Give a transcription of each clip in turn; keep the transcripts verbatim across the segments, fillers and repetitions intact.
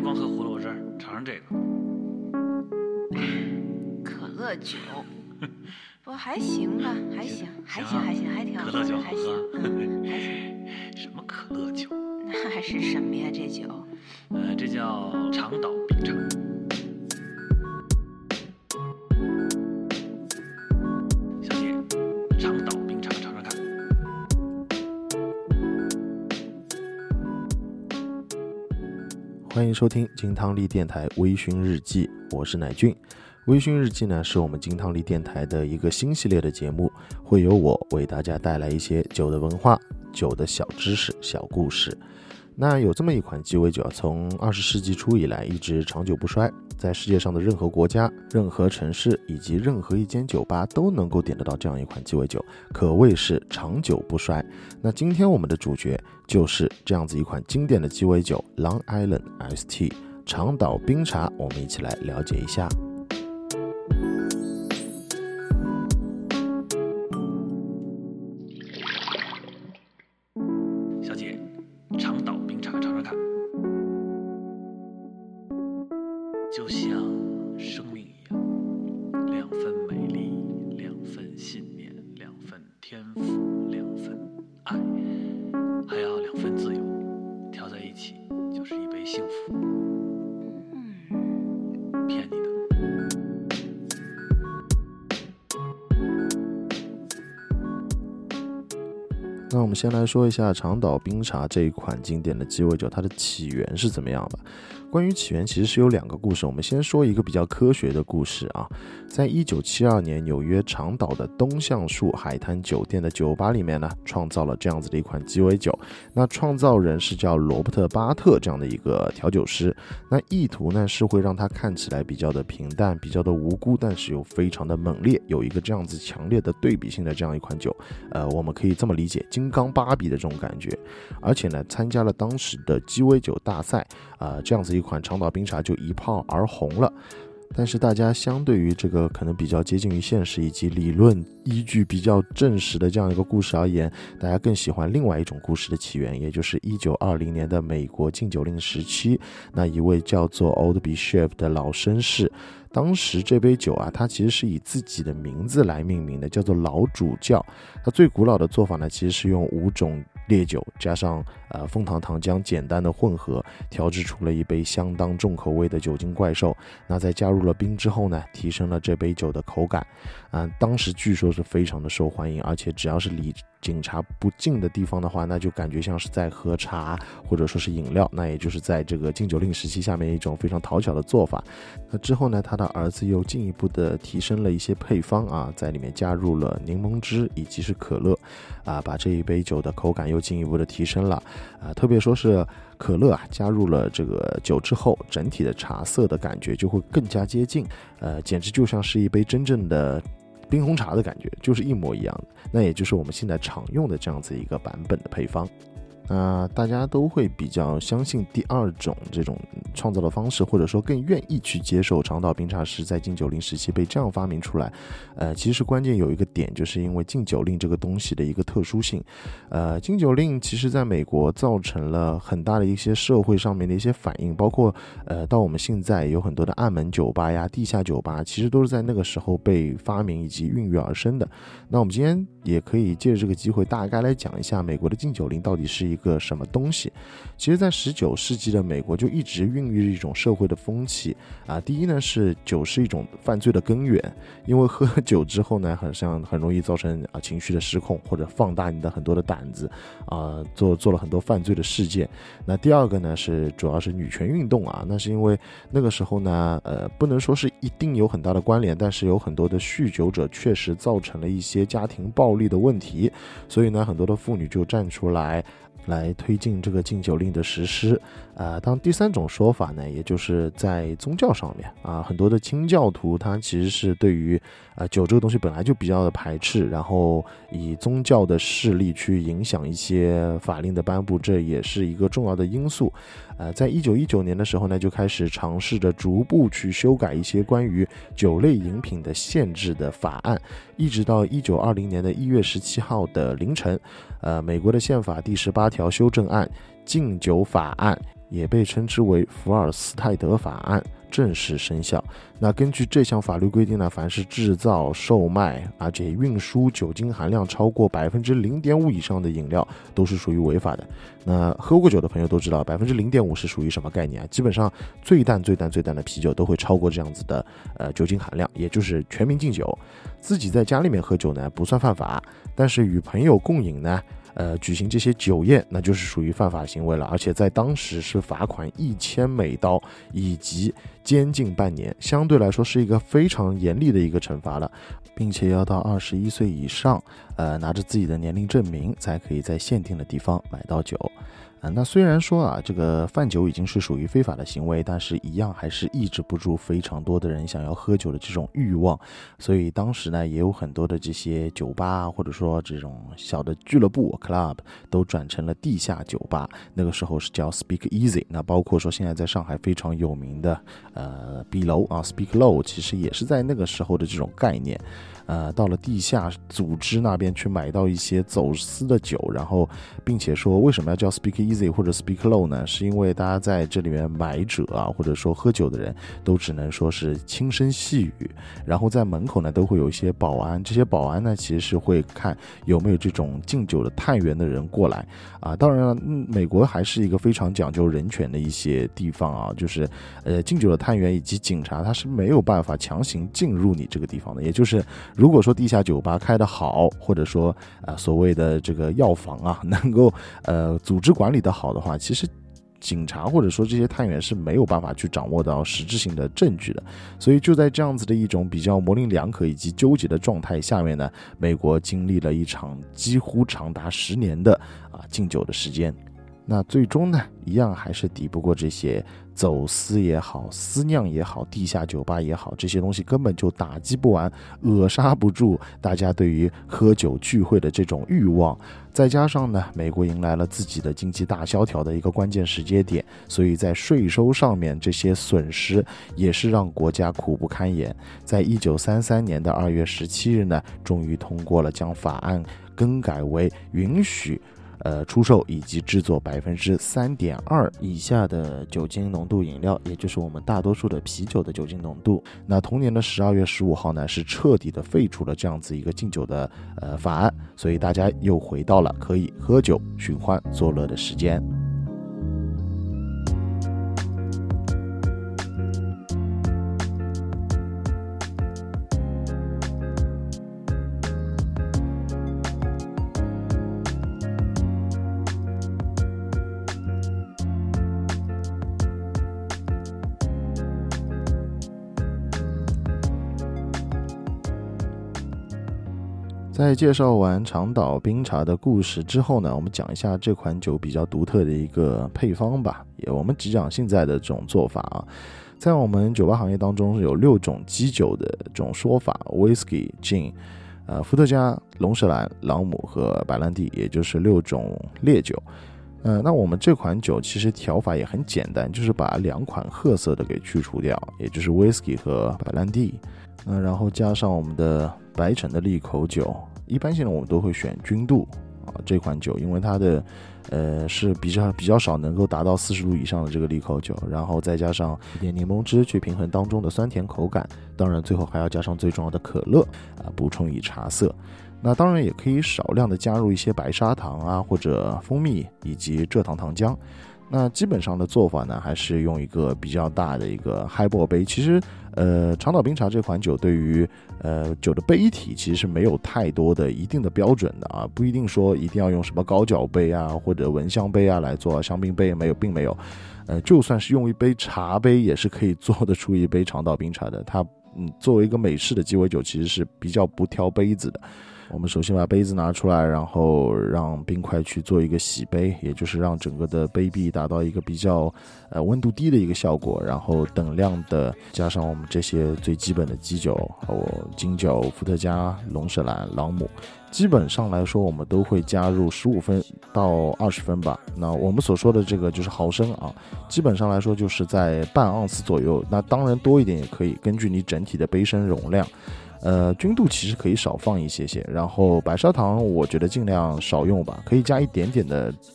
光喝葫芦，我这儿尝尝这个。 可乐酒，不还行吧，还行，还行，还行，还挺好可乐酒还行，嗯，还行。 什么可乐酒？ 那还是什么呀？这酒？ 呃，这叫长岛冰茶。小姐，长岛冰茶尝尝看。 欢迎收听金汤力电台微醺日记，我是乃俊。微醺日记呢，是我们金汤力电台的一个新系列的节目，会由我为大家带来一些酒的文化、酒的小知识、小故事。那有这么一款鸡尾酒，从二十世纪初以来一直长久不衰，在世界上的任何国家、任何城市以及任何一间酒吧都能够点得到这样一款鸡尾酒，可谓是长久不衰。那今天我们的主角就是这样子一款经典的鸡尾酒 Long Island Iced Tea 长岛冰茶，我们一起来了解一下。 小姐，长岛冰茶尝尝看。就像生命一样，两份美丽，两份信念，两份天赋，两份爱，还要两份自由，调在一起就是一杯幸福。 嗯， 骗你的。 那我们先来说一下长岛冰茶这一款经典的鸡尾酒，它的起源是怎么样的？关于起源其实是有两个故事，我们先说一个比较科学的故事啊。在一九七二年，纽约长岛的东橡树海滩酒店的酒吧里面呢，创造了这样子的一款鸡尾酒。那创造人是叫罗伯特巴特这样的一个调酒师。那意图呢是会让它看起来比较的平淡，比较的无辜，但是又非常的猛烈，有一个这样子强烈的对比性的这样一款酒。呃，我们可以这么理解，金刚芭比的这种感觉。而且呢，参加了当时的鸡尾酒大赛，呃，这样子一款长岛冰茶就一炮而红了。但是大家相对于这个可能比较接近于现实以及理论依据比较证实的这样一个故事而言，大家更喜欢另外一种故事的起源，也就是一九二零年的美国禁酒令时期，那一位叫做 Oldby Chef 的老绅士，当时这杯酒啊，它其实是以自己的名字来命名的，叫做老主教。它最古老的做法呢，其实是用五种烈酒加上呃枫糖糖浆简单的混合，调制出了一杯相当重口味的酒精怪兽。那在加入了冰之后呢，提升了这杯酒的口感。啊、呃，当时据说是非常的受欢迎，而且只要是离警察不近的地方的话，那就感觉像是在喝茶或者说是饮料。那也就是在这个禁酒令时期下面一种非常讨巧的做法。那之后呢，他的儿子又进一步的提升了一些配方啊，在里面加入了柠檬汁以及是可乐啊，把这一杯酒的口感又进一步的提升了啊，特别说是可乐啊，加入了这个酒之后，整体的茶色的感觉就会更加接近，呃，简直就像是一杯真正的冰红茶的感觉，就是一模一样的。那也就是我们现在常用的这样子一个版本的配方。那大家都会比较相信第二种这种创造的方式，或者说更愿意去接受长岛冰茶是在禁酒令时期被这样发明出来。呃，其实关键有一个点，就是因为禁酒令这个东西的一个特殊性。呃，禁酒令其实在美国造成了很大的一些社会上面的一些反应，包括呃到我们现在有很多的暗门酒吧呀、地下酒吧，其实都是在那个时候被发明以及孕育而生的。那我们今天也可以借着这个机会，大概来讲一下美国的禁酒令到底是一个什么东西。其实在十九世纪的美国就一直孕育一种社会的风气啊。第一呢，是酒是一种犯罪的根源，因为喝酒之后呢，好像很容易造成啊情绪的失控，或者放大你的很多的胆子啊，做做了很多犯罪的事件。那第二个呢，是主要是女权运动啊，那是因为那个时候呢，呃，不能说是一定有很大的关联，但是有很多的酗酒者确实造成了一些家庭暴力的问题，所以呢，很多的妇女就站出来。来推进这个禁酒令的实施。呃，当第三种说法呢，也就是在宗教上面啊，很多的清教徒他其实是对于呃酒这个东西本来就比较的排斥，然后以宗教的势力去影响一些法令的颁布，这也是一个重要的因素。呃，在一九一九年的时候呢，就开始尝试着逐步去修改一些关于酒类饮品的限制的法案，一直到一九二零年的一月十七号的凌晨，呃，美国的宪法第十八条修正案禁酒法案也被称之为福尔斯泰德法案，正式生效。那根据这项法律规定呢，凡是制造、售卖而且运输酒精含量超过百分之零点五以上的饮料都是属于违法的。那喝过酒的朋友都知道，百分之零点五是属于什么概念啊？基本上最淡最淡最淡的啤酒都会超过这样子的呃酒精含量，也就是全民禁酒。自己在家里面喝酒呢不算犯法，但是与朋友共饮呢，呃，举行这些酒宴，那就是属于犯法行为了，而且在当时是罚款一千美刀以及监禁半年，相对来说是一个非常严厉的一个惩罚了，并且要到二十一岁以上，呃，拿着自己的年龄证明才可以在限定的地方买到酒。呃、那虽然说啊，这个贩酒已经是属于非法的行为，但是一样还是抑制不住非常多的人想要喝酒的这种欲望，所以当时呢，也有很多的这些酒吧或者说这种小的俱乐部 club 都转成了地下酒吧，那个时候是叫 Speak Easy。那包括说现在在上海非常有名的呃 B 楼啊 Speak Low， 其实也是在那个时候的这种概念。呃，到了地下组织那边去买到一些走私的酒，然后并且说为什么要叫 Speak Easy 或者 Speak Low 呢？是因为大家在这里面买者啊，或者说喝酒的人都只能说是轻声细语，然后在门口呢都会有一些保安，这些保安呢其实是会看有没有这种敬酒的探员的人过来啊。当然了，嗯，美国还是一个非常讲究人权的一些地方啊，就是呃敬酒的探员以及警察他是没有办法强行进入你这个地方的，也就是如果说地下酒吧开得好，或者说呃所谓的这个药房啊能够呃组织管理得好的话，其实警察或者说这些探员是没有办法去掌握到实质性的证据的。所以就在这样子的一种比较模棱两可以及纠结的状态下面呢，美国经历了一场几乎长达十年的啊禁酒的时间。那最终呢，一样还是抵不过这些走私也好，私酿也好，地下酒吧也好，这些东西根本就打击不完，扼杀不住大家对于喝酒聚会的这种欲望。再加上呢，美国迎来了自己的经济大萧条的一个关键时间点，所以在税收上面这些损失也是让国家苦不堪言。在一九三三年的二月十七日呢，终于通过了将法案更改为允许呃，出售以及制作百分之三点二以下的酒精浓度饮料，也就是我们大多数的啤酒的酒精浓度。那同年的十二月十五号呢，是彻底的废除了这样子一个禁酒的呃法案，所以大家又回到了可以喝酒、寻欢作乐的时间。在介绍完长岛冰茶的故事之后呢，我们讲一下这款酒比较独特的一个配方吧。也我们只讲现在的这种做法啊，在我们酒吧行业当中有六种基酒的这种说法 ，whisky、gin、呃伏特加、龙舌兰、朗姆和白兰地，也就是六种烈酒。呃，那我们这款酒其实调法也很简单，就是把两款褐色的给去除掉，也就是 whisky 和白兰地。呃，然后加上我们的白橙的利口酒，一般性的我们都会选君度啊这款酒，因为它的呃是比较比较少能够达到四十度以上的这个利口酒，然后再加上一点柠檬汁去平衡当中的酸甜口感，当然最后还要加上最重要的可乐啊，补充以茶色。那当然也可以少量的加入一些白砂糖啊，或者蜂蜜以及蔗糖糖浆。那基本上的做法呢，还是用一个比较大的一个 highball 杯。其实，呃，长岛冰茶这款酒对于呃酒的杯体其实是没有太多的一定的标准的啊，不一定说一定要用什么高脚杯啊或者蚊香杯啊来做，香槟杯没有，并没有。呃，就算是用一杯茶杯，也是可以做得出一杯长岛冰茶的。它嗯，作为一个美式的鸡尾酒，其实是比较不挑杯子的。我们首先把杯子拿出来，然后让冰块去做一个洗杯，也就是让整个的杯壁达到一个比较呃温度低的一个效果，然后等量的加上我们这些最基本的基酒，哦，金酒、伏特加、龙舌兰、朗姆，基本上来说我们都会加入十五分到二十分吧。那我们所说的这个就是毫升啊，基本上来说就是在半盎司左右，那当然多一点也可以，根据你整体的杯身容量。呃，君度其实可以少放一些些，然后白砂糖我觉得尽量少用吧，可以加一点点的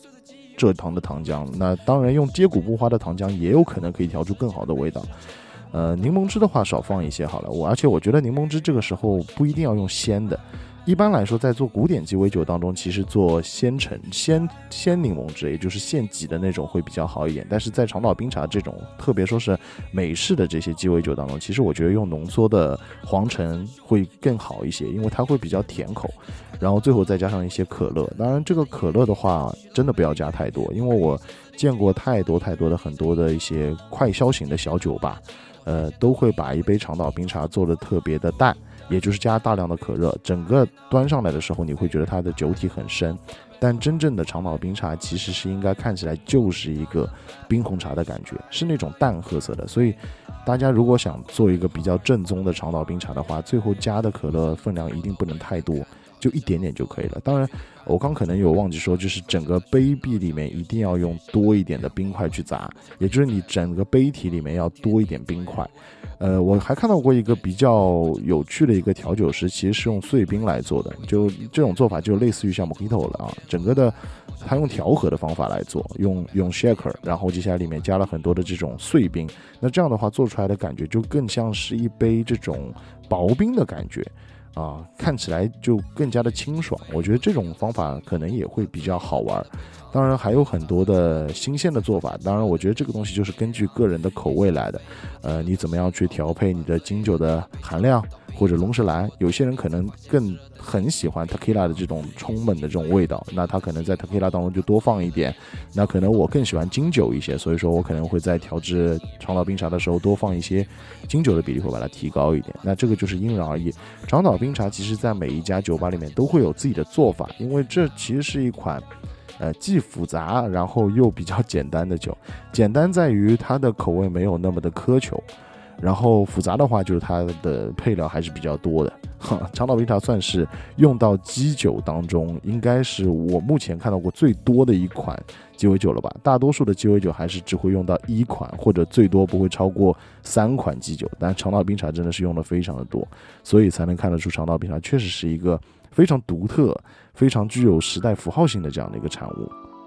蔗糖的糖浆，那当然用接骨木花的糖浆也有可能可以调出更好的味道。呃，柠檬汁的话少放一些好了，我而且我觉得柠檬汁这个时候不一定要用鲜的。一般来说，在做古典鸡尾酒当中，其实做鲜橙、鲜鲜柠檬汁，也就是现挤的那种会比较好一点。但是在长岛冰茶这种，特别说是美式的这些鸡尾酒当中，其实我觉得用浓缩的黄橙会更好一些，因为它会比较甜口。然后最后再加上一些可乐，当然这个可乐的话，真的不要加太多，因为我见过太多太多的很多的一些快消型的小酒吧，呃，都会把一杯长岛冰茶做得特别的淡。也就是加大量的可乐，整个端上来的时候你会觉得它的酒体很深，但真正的长岛冰茶其实是应该看起来就是一个冰红茶的感觉，是那种淡褐色的。所以大家如果想做一个比较正宗的长岛冰茶的话，最后加的可乐分量一定不能太多，就一点点就可以了。当然我刚可能有忘记说，就是整个杯壁里面一定要用多一点的冰块去砸，也就是你整个杯体里面要多一点冰块。呃，我还看到过一个比较有趣的一个调酒师，其实是用碎冰来做的，就这种做法就类似于像 Mojito 了啊，整个的他用调和的方法来做，用用 shaker， 然后接下来里面加了很多的这种碎冰，那这样的话做出来的感觉就更像是一杯这种薄冰的感觉啊，看起来就更加的清爽。我觉得这种方法可能也会比较好玩。当然还有很多的新鲜的做法，当然我觉得这个东西就是根据个人的口味来的，呃，你怎么样去调配你的金酒的含量或者龙舌兰，有些人可能更很喜欢 tequila 的这种充满的这种味道，那他可能在 tequila 当中就多放一点，那可能我更喜欢金酒一些，所以说我可能会在调制长岛冰茶的时候多放一些金酒的比例，会把它提高一点，那这个就是因人而异。长岛冰茶其实在每一家酒吧里面都会有自己的做法，因为这其实是一款呃，既复杂然后又比较简单的酒。简单在于它的口味没有那么的苛求，然后复杂的话就是它的配料还是比较多的。长岛冰茶算是用到基酒当中应该是我目前看到过最多的一款鸡尾酒了吧，大多数的鸡尾酒还是只会用到一款或者最多不会超过三款基酒，但长岛冰茶真的是用的非常的多，所以才能看得出长岛冰茶确实是一个非常独特非常具有时代符号性的这样的一个产物。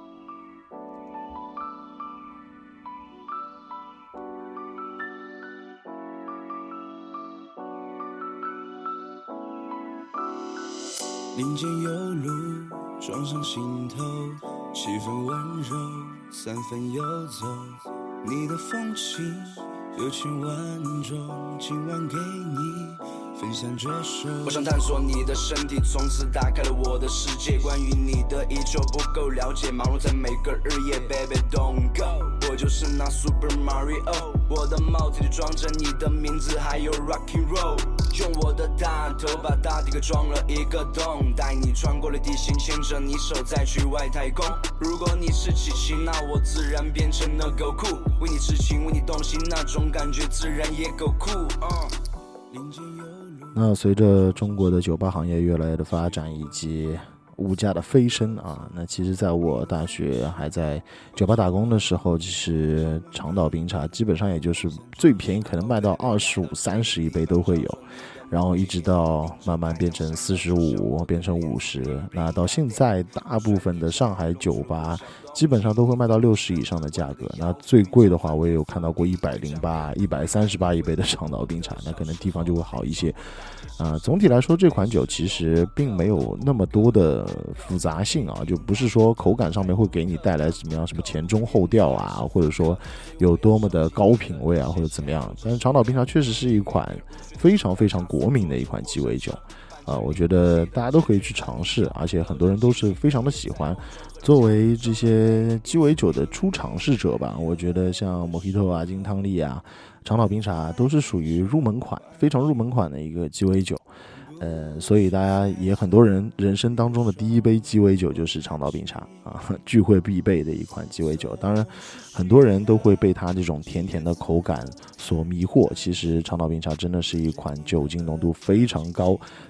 林间有路撞上心头，七分温柔三分游走，你的风情有千万种，今晚给你分享这首。我想探索你的身体，从此打开了我的世界，关于你的依旧不够了解，忙碌在每个日夜 Baby don't go， 我就是那 Super Mario， 我的帽子里装着你的名字还有 Rocky Roll， 用我的大头把大地给装了一个洞，带你穿过了地心，牵着你手再去外太空。如果你是琪琪，那我自然变成了狗酷，为你痴情为你动心，那种感觉自然也够酷、uh 那随着中国的酒吧行业越来越的发展以及物价的飞升啊，那其实在我大学还在酒吧打工的时候，其实长岛冰茶基本上也就是最便宜可能卖到二十五三十一杯都会有，然后一直到慢慢变成四十五变成五十，那到现在大部分的上海酒吧基本上都会卖到六十以上的价格，那最贵的话我也有看到过一百零八、一百三十八一杯的长岛冰茶，那可能地方就会好一些。呃，总体来说这款酒其实并没有那么多的复杂性啊，就不是说口感上面会给你带来怎么样什么前中后调啊，或者说有多么的高品味啊或者怎么样，但是长岛冰茶确实是一款非常非常国民的一款鸡尾酒。啊，我觉得大家都可以去尝试，而且很多人都是非常的喜欢。作为这些鸡尾酒的初尝试者吧，我觉得像 Mojito 啊、金汤力啊、长岛冰茶都是属于入门款，非常入门款的一个鸡尾酒。呃，所以大家也很多人人生当中的第一杯鸡尾酒就是长岛冰茶啊，聚会必备的一款鸡尾酒。当然，很多人都会被它这种甜甜的口感所迷惑。其实长岛冰茶真的是一款酒精浓度非常高、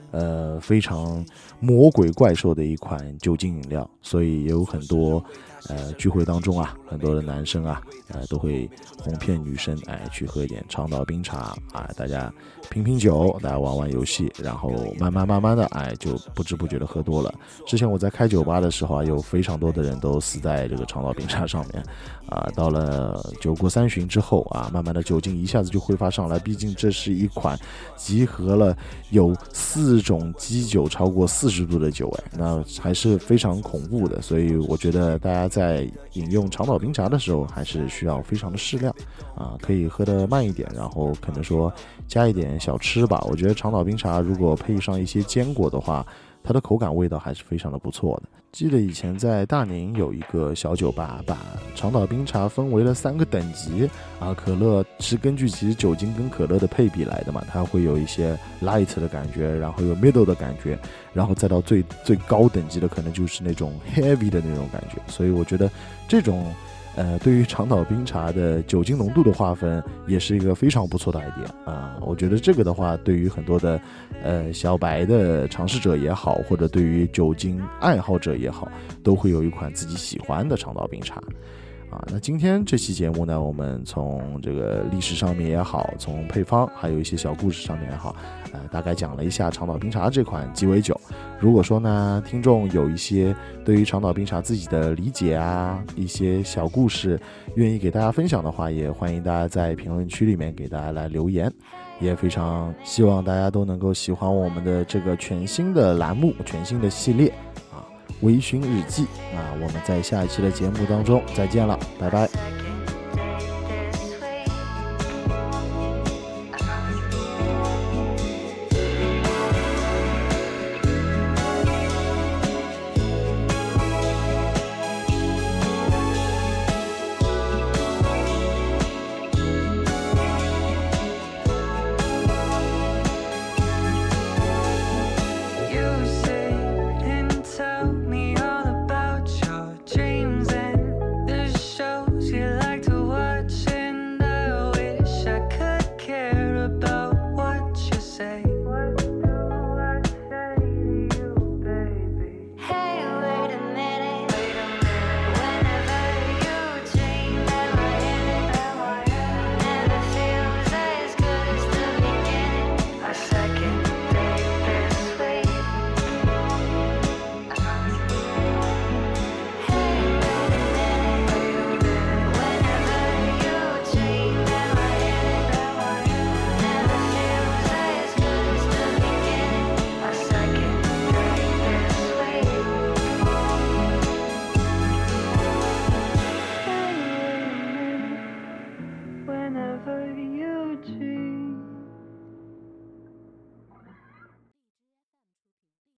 呃非常魔鬼怪兽的一款酒精饮料，所以也有很多呃聚会当中啊，很多的男生啊，呃都会哄骗女生，哎去喝一点长岛冰茶啊，大家品品酒，大家玩玩游戏，然后慢慢慢慢的，哎就不知不觉的喝多了。之前我在开酒吧的时候啊，有非常多的人都死在这个长岛冰茶上面啊，到了酒过三巡之后啊，慢慢的酒精一下子就挥发上来，毕竟这是一款集合了有四种基酒超过四十度的酒，哎，那还是非常恐怖的。所以我觉得大家在饮用长岛冰茶的时候，还是需要非常的适量啊，可以喝得慢一点，然后可能说加一点小吃吧。我觉得长岛冰茶如果配上一些坚果的话，它的口感味道还是非常的不错的。记得以前在大宁有一个小酒吧，把长岛冰茶分为了三个等级啊，可乐是根据其实酒精跟可乐的配比来的嘛，它会有一些 light 的感觉，然后有 middle 的感觉，然后再到最最高等级的可能就是那种 heavy 的那种感觉。所以我觉得这种呃，对于长岛冰茶的酒精浓度的划分也是一个非常不错的 idea 啊！我觉得这个的话，对于很多的呃小白的尝试者也好，或者对于酒精爱好者也好，都会有一款自己喜欢的长岛冰茶啊。那今天这期节目呢，我们从这个历史上面也好，从配方还有一些小故事上面也好，呃，大概讲了一下长岛冰茶这款鸡尾酒。如果说呢，听众有一些对于长岛冰茶自己的理解啊，一些小故事愿意给大家分享的话，也欢迎大家在评论区里面给大家来留言。也非常希望大家都能够喜欢我们的这个全新的栏目，全新的系列啊，微醺日记啊，我们在下一期的节目当中再见了，拜拜。